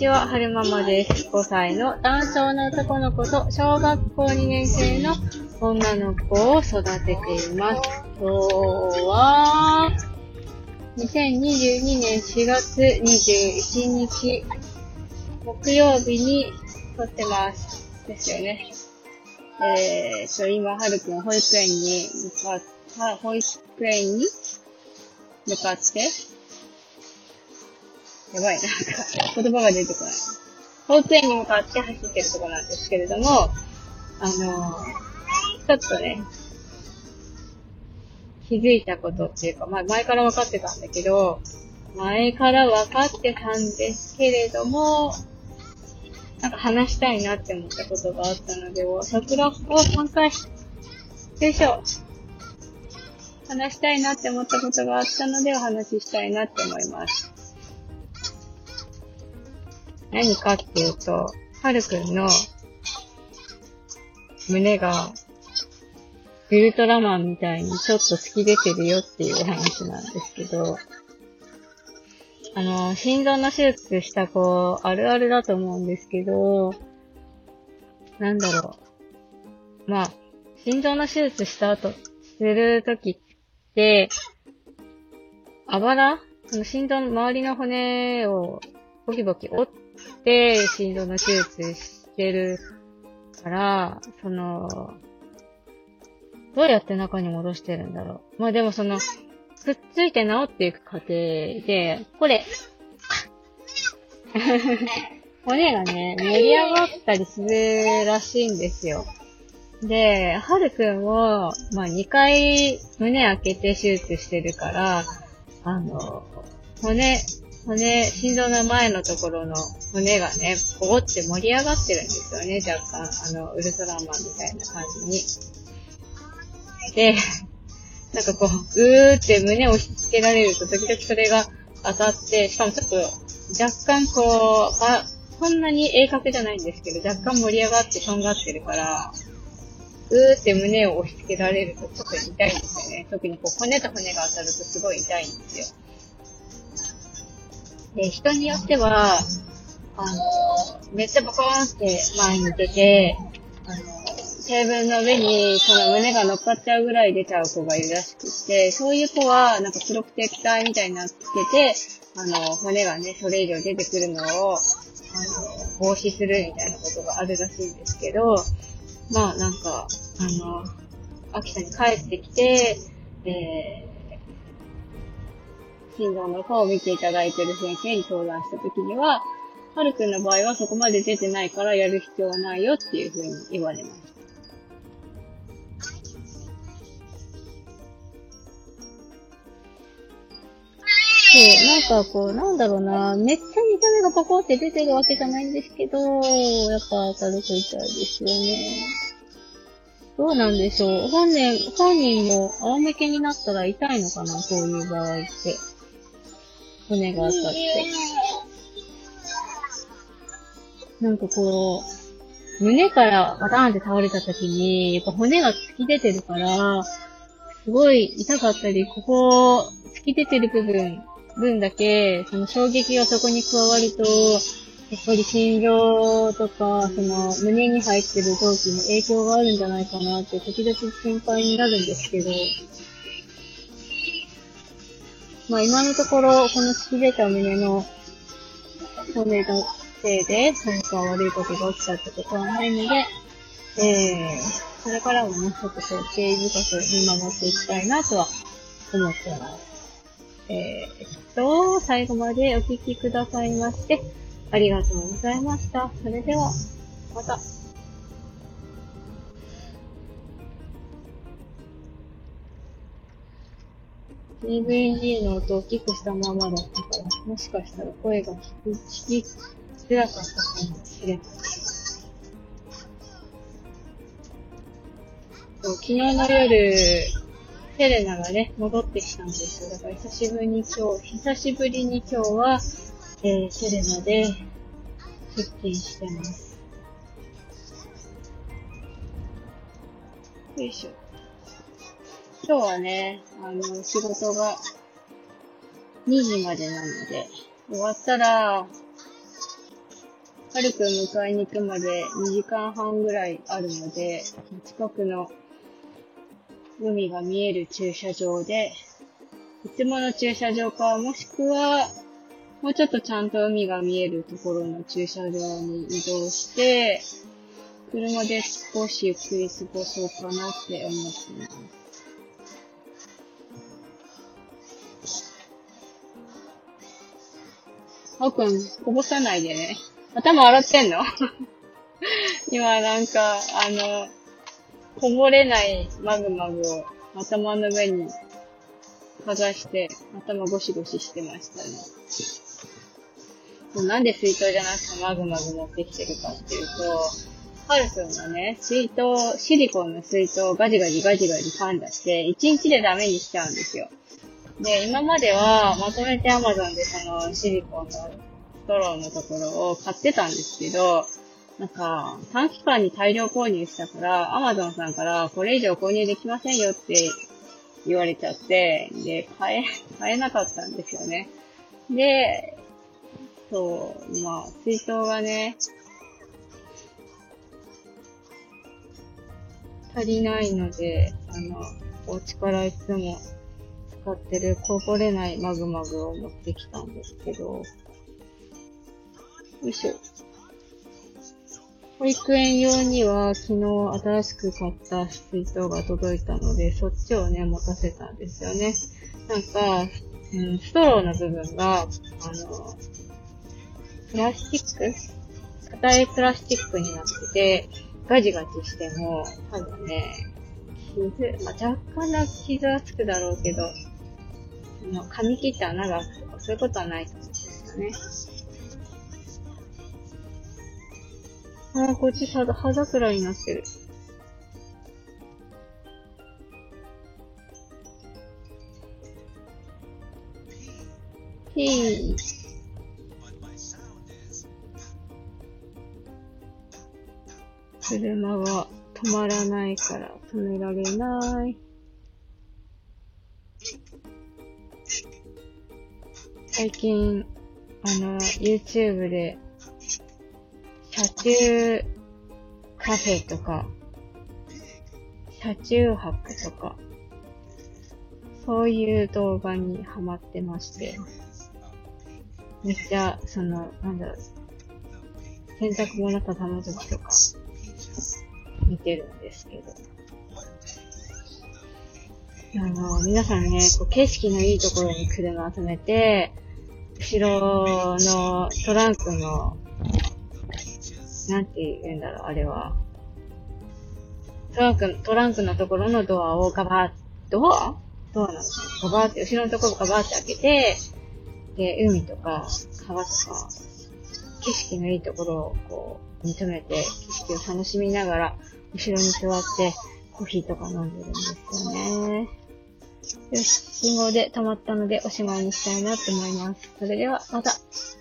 は、はるままです。5歳の男性の男の子と小学校2年生の女の子を育てています。今日は、2022年4月21日、木曜日に撮ってます。ですよね。今、はるくん保育園に向かって、やばいな、言葉が出てこない。保育園に向かって走ってるところなんですけれども、ちょっとね、気づいたことっていうか、前から分かってたんだけど、前から分かってたんですけれども、なんか話したいなって思ったことがあったので、桜を3回、よいしょ。話したいなって思ったことがあったので、お話ししたいなって思います。何かっていうと、はるくんの胸がウルトラマンみたいにちょっと突き出てるよっていう話なんですけど、心臓の手術した子、あるあるだと思うんですけど、なんだろう。心臓の手術した後、するときって、心臓の周りの骨をボキボキ折って心臓の手術してるから、どうやって中に戻してるんだろう。でもくっついて治っていく過程で、これ、骨がね、盛り上がったりするらしいんですよ。で、はるくんも、2回胸開けて手術してるから、心臓の前のところの骨がね、ポコって盛り上がってるんですよね、若干、ウルトラマンみたいな感じに。で、なんかうーって胸を押し付けられると、時々それが当たって、しかもちょっと、若干そんなに鋭角じゃないんですけど、若干盛り上がってとんがってるから、うーって胸を押し付けられるとちょっと痛いんですよね。特に骨と骨が当たるとすごい痛いんですよ。で、人によっては、めっちゃボコーンって前に出て、テーブルの上にその胸が乗っかっちゃうぐらい出ちゃう子がいるらしくって、そういう子は、なんかプロクテクターみたいなのつけて、骨がね、それ以上出てくるのを、防止するみたいなことがあるらしいんですけど、秋田に帰ってきて、心臓の方を見ていただいている先生に相談したときには、はるくんの場合はそこまで出てないからやる必要はないよっていう風に言われました。そう、なんだろうな、めっちゃ見た目がポコって出てるわけじゃないんですけど、やっぱ当たると痛いですよね。どうなんでしょう。本人も仰向けになったら痛いのかな、こういう場合って。骨が当たって。胸からバターンって倒れた時に、やっぱ骨が突き出てるから、すごい痛かったり、突き出てる分だけ、その衝撃がそこに加わると、やっぱり心臓とか、胸に入ってる臓器に影響があるんじゃないかなって時々心配になるんですけど、今のところ、この突き出た胸の骨のせいで、何か悪いことが起きたってことはないので、これからもね、ちょっと注意深く見守っていきたいなとは思ってます。最後までお聞きくださいまして、ありがとうございました。それでは、また。DVD の音を大きくしたままだったから、もしかしたら声が聞きづらかったかもしれない。昨日の夜、セレナがね、戻ってきたんですよ。だから久しぶりに今日は、セレナで出勤してます。よいしょ。今日はね、仕事が2時までなので、終わったら、 はるくん迎えに行くまで2時間半ぐらいあるので、近くの海が見える駐車場で、いつもの駐車場か、もしくは、もうちょっとちゃんと海が見えるところの駐車場に移動して、車で少しゆっくり過ごそうかなって思ってます。あくん、こぼさないでね。頭洗ってんの今なんか、こぼれないマグマグを頭の上にかざして、頭ゴシゴシしてましたね。もうなんで水筒じゃなくてマグマグ持ってきてるかっていうと、はるくんがね、シリコンの水筒をガジガジ噛んだして、1日でダメにしちゃうんですよ。で、今まではまとめて Amazon でそのシリコンのストローのところを買ってたんですけど、なんか、短期間に大量購入したから、Amazon さんからこれ以上購入できませんよって言われちゃって、で、買えなかったんですよね。で、そう、まあ、水筒がね、足りないので、お家からいつも使ってるこぼれないマグマグを持ってきたんですけど、よいしょ。保育園用には昨日新しく買った水筒が届いたので、そっちをね、持たせたんですよね。なんか、ストローの部分が、プラスチック硬いプラスチックになってて、ガジガチしても、多分ね、若干の傷はつくだろうけど、噛み切って穴が開くとか、そういうことはないと思うんですよね。こっち葉桜になってる。車が止まらないから止められない。最近、YouTube で、車中カフェとか、車中泊とか、そういう動画にハマってまして、めっちゃ、洗濯物畳むときとか、見てるんですけど。皆さんね、景色のいいところに車を止めて、後ろのトランクの、なんて言うんだろう、あれは。トランクのところのドアをドアなのガバーって、後ろのところをガバーって開けて、で、海とか川とか、景色のいいところを見つめて、景色を楽しみながら、後ろに座ってコーヒーとか飲んでるんですよね。よし、信号で止まったのでおしまいにしたいなと思います。それではまた。